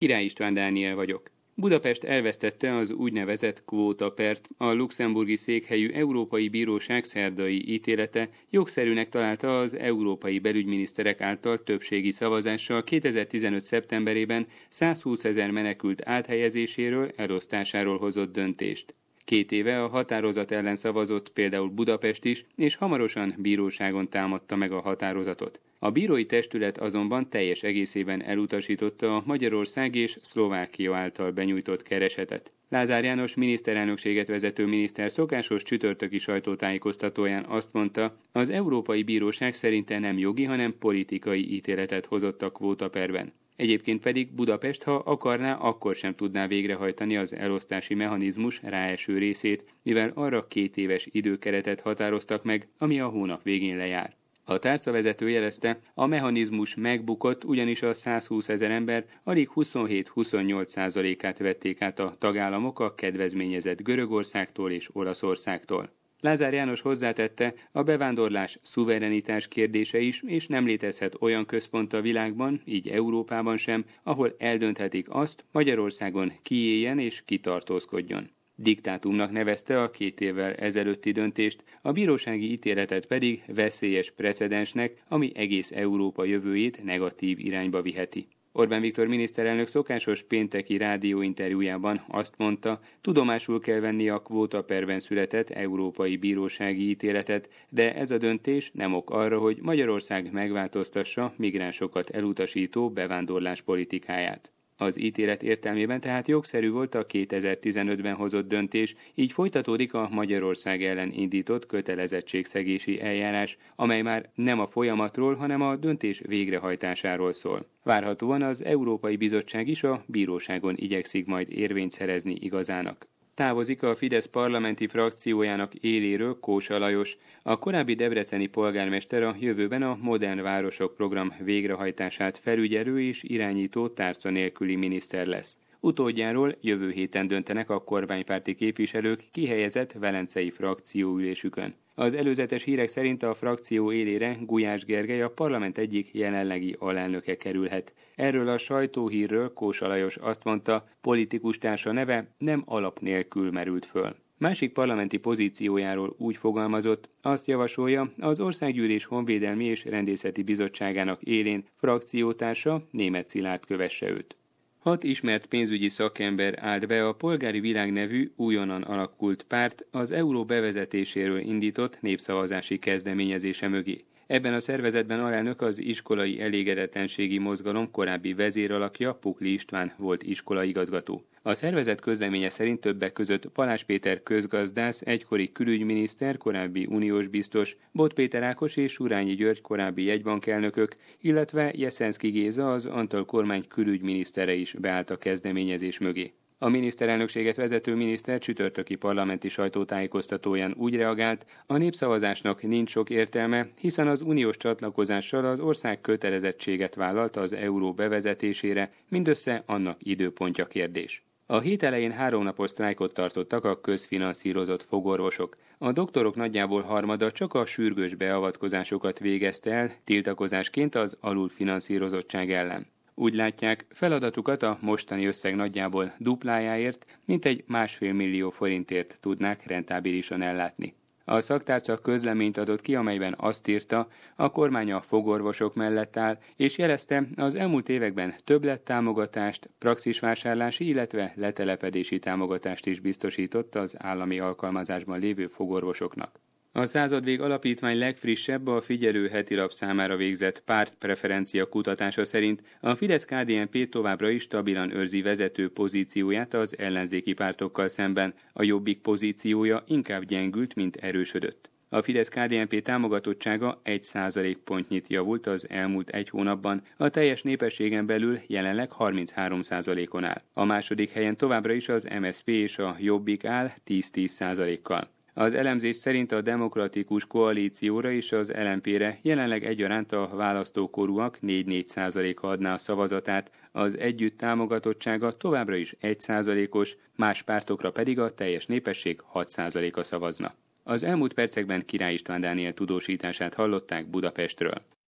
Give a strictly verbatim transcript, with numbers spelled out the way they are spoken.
Király István Dániel vagyok. Budapest elvesztette az úgynevezett kvótapert. A luxemburgi székhelyű Európai Bíróság szerdai ítélete jogszerűnek találta az európai belügyminiszterek által többségi szavazással kétezer-tizenöt. szeptemberében százhúszezer menekült áthelyezéséről, elosztásáról hozott döntést. Két éve a határozat ellen szavazott például Budapest is, és hamarosan bíróságon támadta meg a határozatot. A bírói testület azonban teljes egészében elutasította a Magyarország és Szlovákia által benyújtott keresetet. Lázár János miniszterelnökséget vezető miniszter szokásos csütörtöki sajtótájékoztatóján azt mondta, az Európai Bíróság szerinte nem jogi, hanem politikai ítéletet hozott a kvótaperben. Egyébként pedig Budapest, ha akarná, akkor sem tudná végrehajtani az elosztási mechanizmus ráeső részét, mivel arra két éves időkeretet határoztak meg, ami a hónap végén lejár. A tárcavezető jelezte, a mechanizmus megbukott, ugyanis a százhúszezer ember alig huszonhét-huszonnyolc százalékát vették át a tagállamok a kedvezményezett Görögországtól és Olaszországtól. Lázár János hozzátette, a bevándorlás szuverenitás kérdése is, és nem létezhet olyan központ a világban, így Európában sem, ahol eldönthetik azt, Magyarországon ki éljen és kitartózkodjon. Diktátumnak nevezte a két évvel ezelőtti döntést, a bírósági ítéletet pedig veszélyes precedensnek, ami egész Európa jövőjét negatív irányba viheti. Orbán Viktor miniszterelnök szokásos pénteki rádióinterjújában azt mondta, tudomásul kell venni a kvótaperben született európai bírósági ítéletet, de ez a döntés nem ok arra, hogy Magyarország megváltoztassa migránsokat elutasító bevándorlás politikáját. Az ítélet értelmében tehát jogszerű volt a kétezer-tizenötben hozott döntés, így folytatódik a Magyarország ellen indított kötelezettségszegési eljárás, amely már nem a folyamatról, hanem a döntés végrehajtásáról szól. Várhatóan az Európai Bizottság is a bíróságon igyekszik majd érvényt szerezni igazának. Távozik a Fidesz parlamenti frakciójának éléről Kósa Lajos. A korábbi debreceni polgármester a jövőben a Modern Városok program végrehajtását felügyelő és irányító tárca nélküli miniszter lesz. Utódjáról jövő héten döntenek a kormánypárti képviselők kihelyezett velencei frakcióülésükön. Az előzetes hírek szerint a frakció élére Gulyás Gergely, a parlament egyik jelenlegi alelnöke kerülhet. Erről a sajtóhírről Kósa Lajos azt mondta, politikus társa neve nem alap nélkül merült föl. Másik parlamenti pozíciójáról úgy fogalmazott, azt javasolja, az Országgyűlés Honvédelmi és Rendészeti Bizottságának élén frakciótársa Németh Szilárd kövesse őt. Hat ismert pénzügyi szakember állt be a Polgári Világ nevű újonnan alakult párt az euró bevezetéséről indított népszavazási kezdeményezése mögé. Ebben a szervezetben alelnök az iskolai elégedetlenségi mozgalom korábbi vezéralakja, Pukli István volt iskolaigazgató. A szervezet közleménye szerint többek között Balázs Péter közgazdász, egykori külügyminiszter, korábbi uniós biztos, Bot Péter Ákos és Surányi György korábbi jegybankelnökök, illetve Jeszenszky Géza, az Antall kormány külügyminisztere is beállt a kezdeményezés mögé. A miniszterelnökséget vezető miniszter csütörtöki parlamenti sajtótájékoztatóján úgy reagált, a népszavazásnak nincs sok értelme, hiszen az uniós csatlakozással az ország kötelezettséget vállalta az euró bevezetésére, mindössze annak időpontja kérdés. A hét elején háromnapos sztrájkot tartottak a közfinanszírozott fogorvosok. A doktorok nagyjából harmada csak a sürgős beavatkozásokat végezte el, tiltakozásként az alulfinanszírozottság ellen. Úgy látják, feladatukat a mostani összeg nagyjából duplájáért, mintegy másfél millió forintért tudnák rentábilisan ellátni. A szaktárca közleményt adott ki, amelyben azt írta, a kormány a fogorvosok mellett áll, és jelezte, az elmúlt években többlettámogatást, praxisvásárlási, illetve letelepedési támogatást is biztosított az állami alkalmazásban lévő fogorvosoknak. A Századvég Alapítvány legfrissebb, a Figyelő hetilap számára végzett pártpreferencia kutatása szerint a Fidesz-ká dé en pé továbbra is stabilan őrzi vezető pozícióját az ellenzéki pártokkal szemben, a Jobbik pozíciója inkább gyengült, mint erősödött. A Fidesz-ká dé en pé támogatottsága egy százalékpontnyit javult az elmúlt egy hónapban, a teljes népességen belül jelenleg harminchárom százalékon áll. A második helyen továbbra is az em es zé pé és a Jobbik áll tíz-tíz százalékkal. Az elemzés szerint a Demokratikus Koalícióra és az el em pére jelenleg egyaránt a választókorúak négy-négy százaléka adná a szavazatát, az együtt támogatottsága továbbra is egy százalékos, más pártokra pedig a teljes népesség hat százaléka szavazna. Az elmúlt percekben Király István Dániel tudósítását hallották Budapestről.